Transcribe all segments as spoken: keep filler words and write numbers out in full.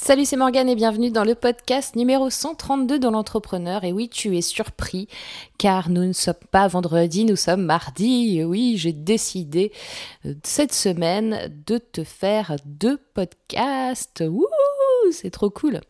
Salut, c'est Morgane et bienvenue dans le podcast numéro cent trente-deux de l'entrepreneur. Et oui, tu es surpris car nous ne sommes pas vendredi, nous sommes mardi. Et oui, j'ai décidé euh, cette semaine de te faire deux podcasts. Wouhou, c'est trop cool.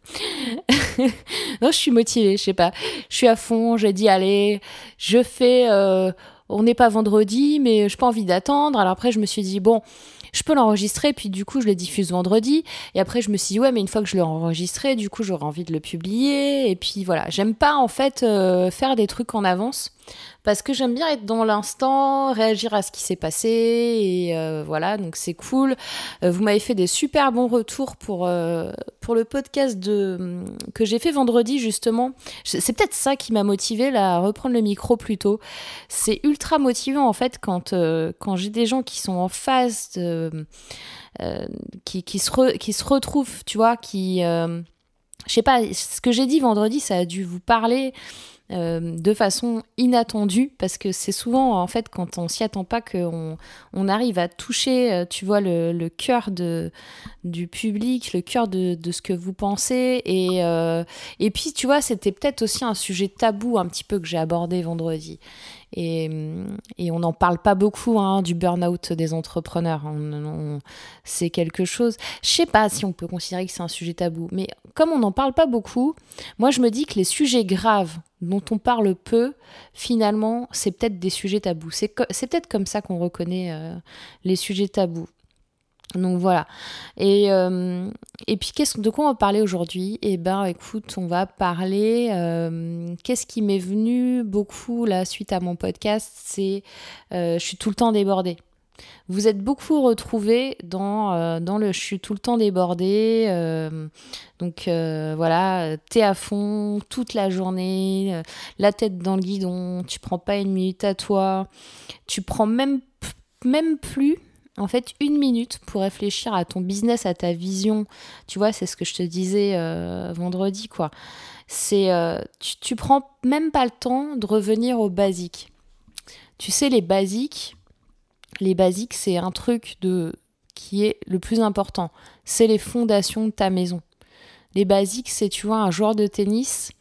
Non, je suis motivée, je sais pas. Je suis à fond, j'ai dit allez, je fais... Euh, on n'est pas vendredi, mais je n'ai pas envie d'attendre. Alors après, je me suis dit bon... je peux l'enregistrer, puis du coup, je le diffuse vendredi. Et après, je me suis dit, ouais, mais une fois que je l'ai enregistré, du coup, j'aurais envie de le publier. Et puis voilà, j'aime pas, en fait, euh, faire des trucs en avance. Parce que j'aime bien être dans l'instant, réagir à ce qui s'est passé. Et euh, voilà, donc c'est cool. Euh, vous m'avez fait des super bons retours pour, euh, pour le podcast de, que j'ai fait vendredi, justement. C'est peut-être ça qui m'a motivée là, à reprendre le micro plus tôt. C'est ultra motivant, en fait, quand, euh, quand j'ai des gens qui sont en phase de... Euh, qui, qui, se re, qui se retrouvent, tu vois, qui... Euh, je sais pas, ce que j'ai dit vendredi, ça a dû vous parler euh, de façon inattendue, parce que c'est souvent, en fait, quand on s'y attend pas, qu'on on arrive à toucher, euh, tu vois, le, le cœur de, du public, le cœur de, de ce que vous pensez. Et, euh, et puis, tu vois, c'était peut-être aussi un sujet tabou un petit peu que j'ai abordé vendredi. Et, et on n'en parle pas beaucoup hein, du burn-out des entrepreneurs. On, on, c'est quelque chose... Je sais pas si on peut considérer que c'est un sujet tabou, mais comme on n'en parle pas beaucoup, moi je me dis que les sujets graves dont on parle peu, finalement, c'est peut-être des sujets tabous. C'est, co- c'est peut-être comme ça qu'on reconnaît euh, les sujets tabous. Donc voilà. Et, euh, et puis, qu'est-ce, de quoi on va parler aujourd'hui ? Eh ben, écoute, on va parler... Euh, qu'est-ce qui m'est venu beaucoup, là, suite à mon podcast ? C'est... Euh, je suis tout le temps débordée. Vous êtes beaucoup retrouvés dans, euh, dans le « je suis tout le temps débordée euh, ». Donc euh, voilà, t'es à fond toute la journée, euh, la tête dans le guidon, tu prends pas une minute à toi. Tu prends même, même plus... en fait, une minute pour réfléchir à ton business, à ta vision. Tu vois, c'est ce que je te disais euh, vendredi, quoi. C'est, euh, tu, tu prends même pas le temps de revenir aux basiques. Tu sais, les basiques, les basiques, c'est un truc de, qui est le plus important. C'est les fondations de ta maison. Les basiques, c'est, tu vois, un joueur de tennis.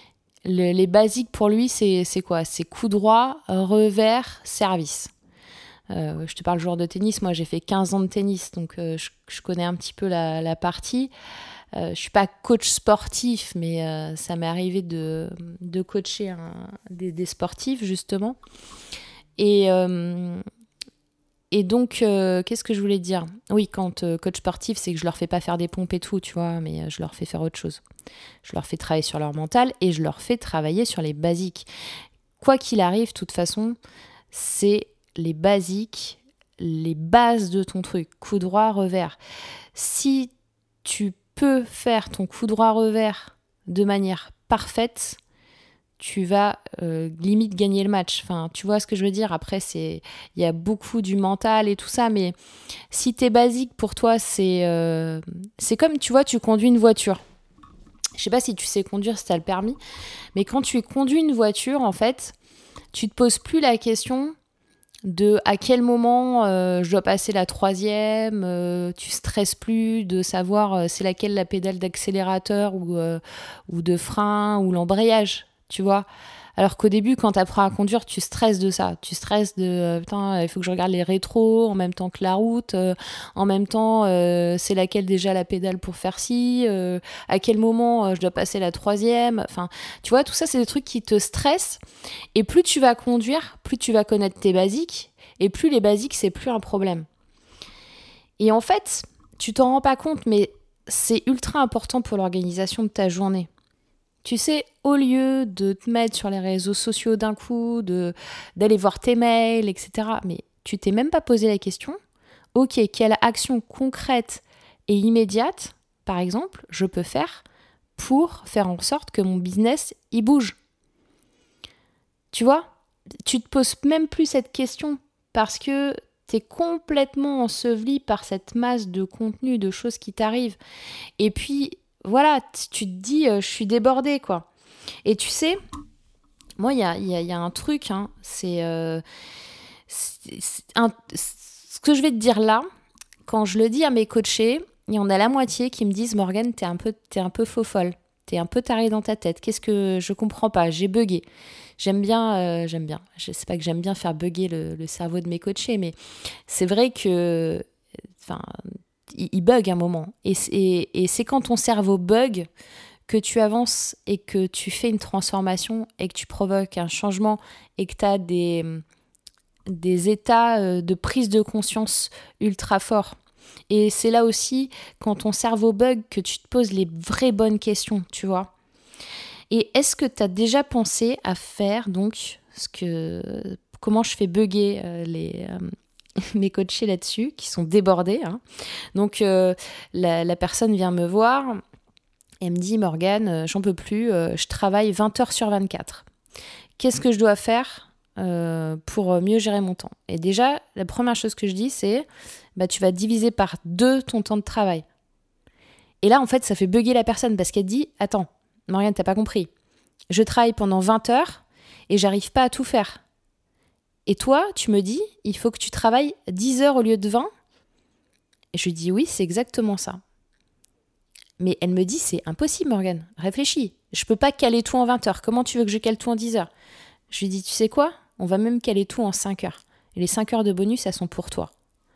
Le, les basiques, pour lui, c'est, c'est quoi ? C'est coup droit, revers, service. Euh, je te parle joueur de tennis, moi j'ai fait quinze ans de tennis, donc euh, je, je connais un petit peu la, la partie. Euh, je suis pas coach sportif, mais euh, ça m'est arrivé de, de coacher un, des, des sportifs, justement. Et, euh, et donc, euh, qu'est-ce que je voulais dire ? Oui, quand euh, coach sportif, c'est que je leur fais pas faire des pompes et tout, tu vois, mais euh, je leur fais faire autre chose. Je leur fais travailler sur leur mental et je leur fais travailler sur les basiques. Quoi qu'il arrive, de toute façon, c'est les basiques, les bases de ton truc, coup droit, revers. Si tu peux faire ton coup droit, revers de manière parfaite, tu vas euh, limite gagner le match. Enfin, tu vois ce que je veux dire ? Après, c'est, il y a beaucoup du mental et tout ça, mais si tes basiques pour toi, c'est, euh, c'est comme, tu vois, tu conduis une voiture. Je sais pas si tu sais conduire, si tu as le permis, mais quand tu conduis une voiture, en fait, tu te poses plus la question de à quel moment euh, je dois passer la troisième, euh, tu stresses plus de savoir euh, c'est laquelle la pédale d'accélérateur ou, euh, ou de frein ou l'embrayage, tu vois. Alors qu'au début, quand tu apprends à conduire, tu stresses de ça. Tu stresses de euh, putain, il faut que je regarde les rétros en même temps que la route, euh, en même temps, euh, c'est laquelle déjà la pédale pour faire ci, euh, à quel moment euh, je dois passer la troisième. Enfin, tu vois, tout ça, c'est des trucs qui te stressent. Et plus tu vas conduire, plus tu vas connaître tes basiques, et plus les basiques, c'est plus un problème. Et en fait, tu t'en rends pas compte, mais c'est ultra important pour l'organisation de ta journée. Tu sais, au lieu de te mettre sur les réseaux sociaux d'un coup, de, d'aller voir tes mails, et cetera, mais tu t'es même pas posé la question, ok, quelle action concrète et immédiate, par exemple, je peux faire pour faire en sorte que mon business, il bouge ? Tu vois ? Tu te poses même plus cette question parce que t'es complètement enseveli par cette masse de contenu, de choses qui t'arrivent. Et puis, voilà, tu te dis, euh, je suis débordée, quoi. Et tu sais, moi, il y a, y a, y a un truc, hein, c'est, euh, c'est, c'est un, ce que je vais te dire là, quand je le dis à mes coachés, il y en a la moitié qui me disent « Morgane, t'es un peu, t'es un peu faux folle. T'es un peu tarée dans ta tête. Qu'est-ce que je comprends pas? J'ai bugué. » J'aime bien, euh, j'aime bien. Je sais pas que j'aime bien faire bugger le, le cerveau de mes coachés, mais c'est vrai que, enfin, il, il bug un moment. Et, et, et c'est quand ton cerveau bug que tu avances et que tu fais une transformation et que tu provoques un changement et que tu as des, des états de prise de conscience ultra forts. Et c'est là aussi, quand ton cerveau bug, que tu te poses les vraies bonnes questions, tu vois. Et est-ce que tu as déjà pensé à faire, donc, ce que, comment je fais bugger euh, les, euh, mes coachés là-dessus, qui sont débordés, hein. Donc, euh, la, la personne vient me voir, elle me dit « Morgane, euh, j'en peux plus, euh, je travaille vingt heures sur vingt-quatre. Qu'est-ce que je dois faire euh, pour mieux gérer mon temps ?» Et déjà, la première chose que je dis, c'est bah, « tu vas diviser par deux ton temps de travail. » Et là, en fait, ça fait bugger la personne parce qu'elle dit « Attends, Morgane, t'as pas compris. Je travaille pendant vingt heures et j'arrive pas à tout faire. Et toi, tu me dis, il faut que tu travailles dix heures au lieu de vingt ?» Et je lui dis « Oui, c'est exactement ça. » Mais elle me dit « C'est impossible, Morgane. Réfléchis. Je peux pas caler tout en vingt heures. Comment tu veux que je cale tout en dix heures ?» Je lui dis « Tu sais quoi ? On va même caler tout en cinq heures. Et les cinq heures de bonus, elles sont pour toi. »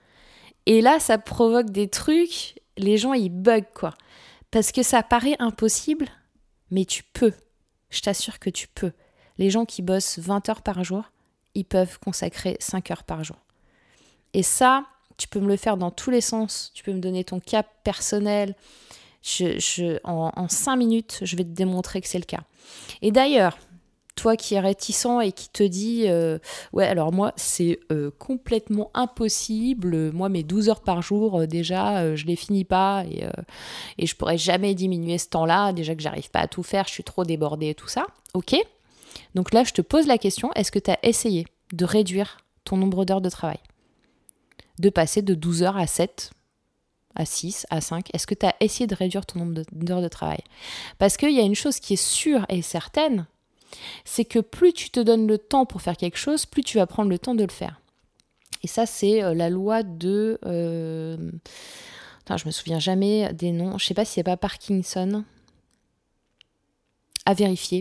Et là, ça provoque des trucs. Les gens, ils bug, quoi. Parce que ça paraît impossible, mais tu peux. Je t'assure que tu peux. Les gens qui bossent vingt heures par jour, ils peuvent consacrer cinq heures par jour. Et ça, tu peux me le faire dans tous les sens. Tu peux me donner ton cas personnel. Je, je, en, en cinq minutes, je vais te démontrer que c'est le cas. Et d'ailleurs, toi qui es réticent et qui te dis euh, « Ouais, alors moi, c'est euh, complètement impossible. Moi, mes douze heures par jour, euh, déjà, euh, je les finis pas et, euh, et je pourrais jamais diminuer ce temps-là. Déjà que j'arrive pas à tout faire, je suis trop débordée et tout ça. » Ok. Donc là, je te pose la question, est-ce que tu as essayé de réduire ton nombre d'heures de travail ? De passer de douze heures à sept, à six, à cinq. Est-ce que tu as essayé de réduire ton nombre d'heures de travail ? Parce qu'il y a une chose qui est sûre et certaine, c'est que plus tu te donnes le temps pour faire quelque chose, plus tu vas prendre le temps de le faire. Et ça, c'est euh, la loi de... Euh... Attends, je me souviens jamais des noms. Je sais pas si c'est pas Parkinson. À vérifier.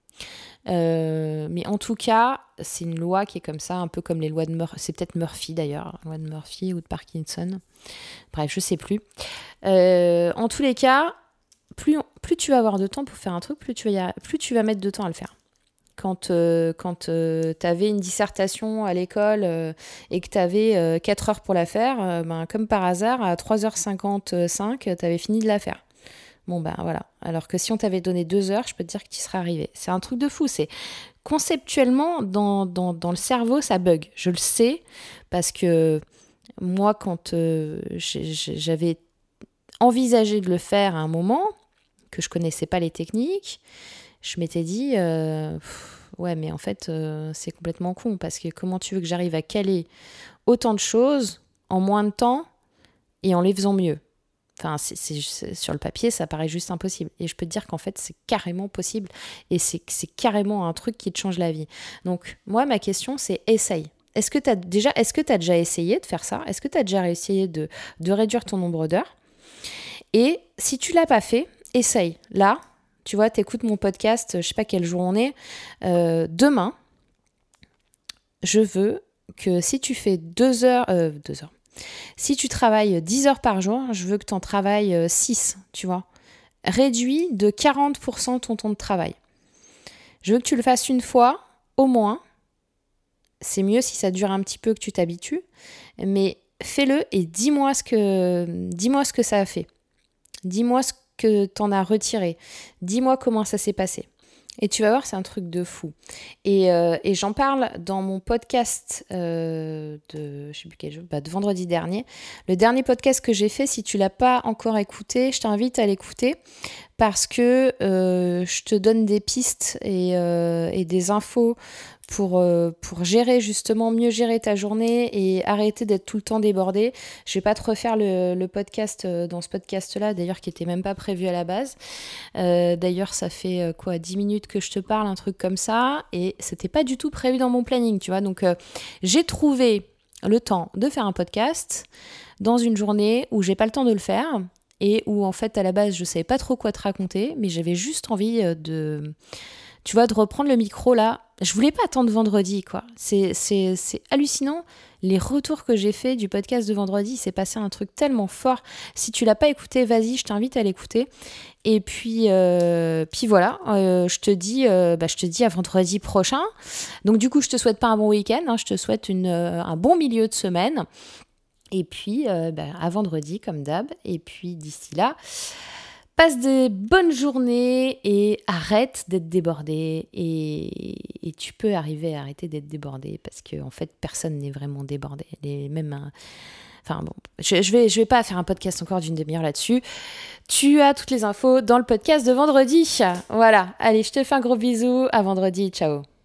Euh, mais en tout cas, c'est une loi qui est comme ça, un peu comme les lois de Murphy. C'est peut-être Murphy d'ailleurs, loi de Murphy ou de Parkinson. Bref, je sais plus. Euh, en tous les cas, plus, plus tu vas avoir de temps pour faire un truc, plus tu vas, plus tu vas mettre de temps à le faire. Quand, euh, quand euh, tu avais une dissertation à l'école euh, et que tu avais euh, quatre heures pour la faire, euh, ben, comme par hasard, à trois heures cinquante-cinq, tu avais fini de la faire. Bon, ben voilà. Alors que si on t'avait donné deux heures, je peux te dire que tu y serais arrivé. C'est un truc de fou. C'est conceptuellement, dans, dans, dans le cerveau, ça bug. Je le sais parce que moi, quand euh, j'avais envisagé de le faire à un moment, que je connaissais pas les techniques, je m'étais dit, euh, pff, ouais, mais en fait, euh, c'est complètement con parce que comment tu veux que j'arrive à caler autant de choses en moins de temps et en les faisant mieux ? Enfin, c'est, c'est, c'est, sur le papier, ça paraît juste impossible. Et je peux te dire qu'en fait, c'est carrément possible. Et c'est, c'est carrément un truc qui te change la vie. Donc, moi, ma question, c'est essaye. Est-ce que tu as déjà, est-ce que tu as déjà essayé de faire ça ? Est-ce que tu as déjà essayé de, de réduire ton nombre d'heures ? Et si tu ne l'as pas fait, essaye. Là, tu vois, tu écoutes mon podcast, je ne sais pas quel jour on est. Euh, demain, je veux que si tu fais deux heures... Euh, deux heures. Si tu travailles dix heures par jour, je veux que tu en travailles six, tu vois. Réduis de quarante pour cent ton temps de travail. Je veux que tu le fasses une fois, au moins. C'est mieux si ça dure un petit peu que tu t'habitues. Mais fais-le et dis-moi ce que, dis-moi ce que ça a fait. Dis-moi ce que tu en as retiré. Dis-moi comment ça s'est passé. Et tu vas voir, c'est un truc de fou. Et, euh, et j'en parle dans mon podcast euh, de, je sais plus quel jour, bah de vendredi dernier. Le dernier podcast que j'ai fait, si tu ne l'as pas encore écouté, je t'invite à l'écouter parce que euh, je te donne des pistes et, euh, et des infos pour, euh, pour gérer justement, mieux gérer ta journée et arrêter d'être tout le temps débordé. Je vais pas te refaire le, le podcast euh, dans ce podcast-là, d'ailleurs qui était même pas prévu à la base. Euh, d'ailleurs, ça fait euh, quoi, dix minutes que je te parle, un truc comme ça, et c'était pas du tout prévu dans mon planning, tu vois. Donc, euh, j'ai trouvé le temps de faire un podcast dans une journée où j'ai pas le temps de le faire. et où en fait à la base je savais pas trop quoi te raconter, mais j'avais juste envie de, tu vois, de reprendre le micro là. Je voulais pas attendre vendredi, quoi. C'est, c'est, c'est hallucinant. Les retours que j'ai faits du podcast de vendredi, il s'est passé un truc tellement fort. Si tu l'as pas écouté, vas-y, je t'invite à l'écouter. Et puis, euh, puis voilà, euh, je te dis, euh, bah, je te dis à vendredi prochain. Donc du coup, je te souhaite pas un bon week-end, hein, je te souhaite une, euh, un bon milieu de semaine. Et puis, euh, bah, à vendredi, comme d'hab. Et puis d'ici là, passe des bonnes journées et arrête d'être débordé. Et, et tu peux arriver à arrêter d'être débordé parce qu'en en fait, personne n'est vraiment débordé. Les, même un... Enfin bon, je, je, vais, je vais pas faire un podcast encore d'une demi-heure là-dessus. Tu as toutes les infos dans le podcast de vendredi. Voilà, allez, je te fais un gros bisou. À vendredi, ciao.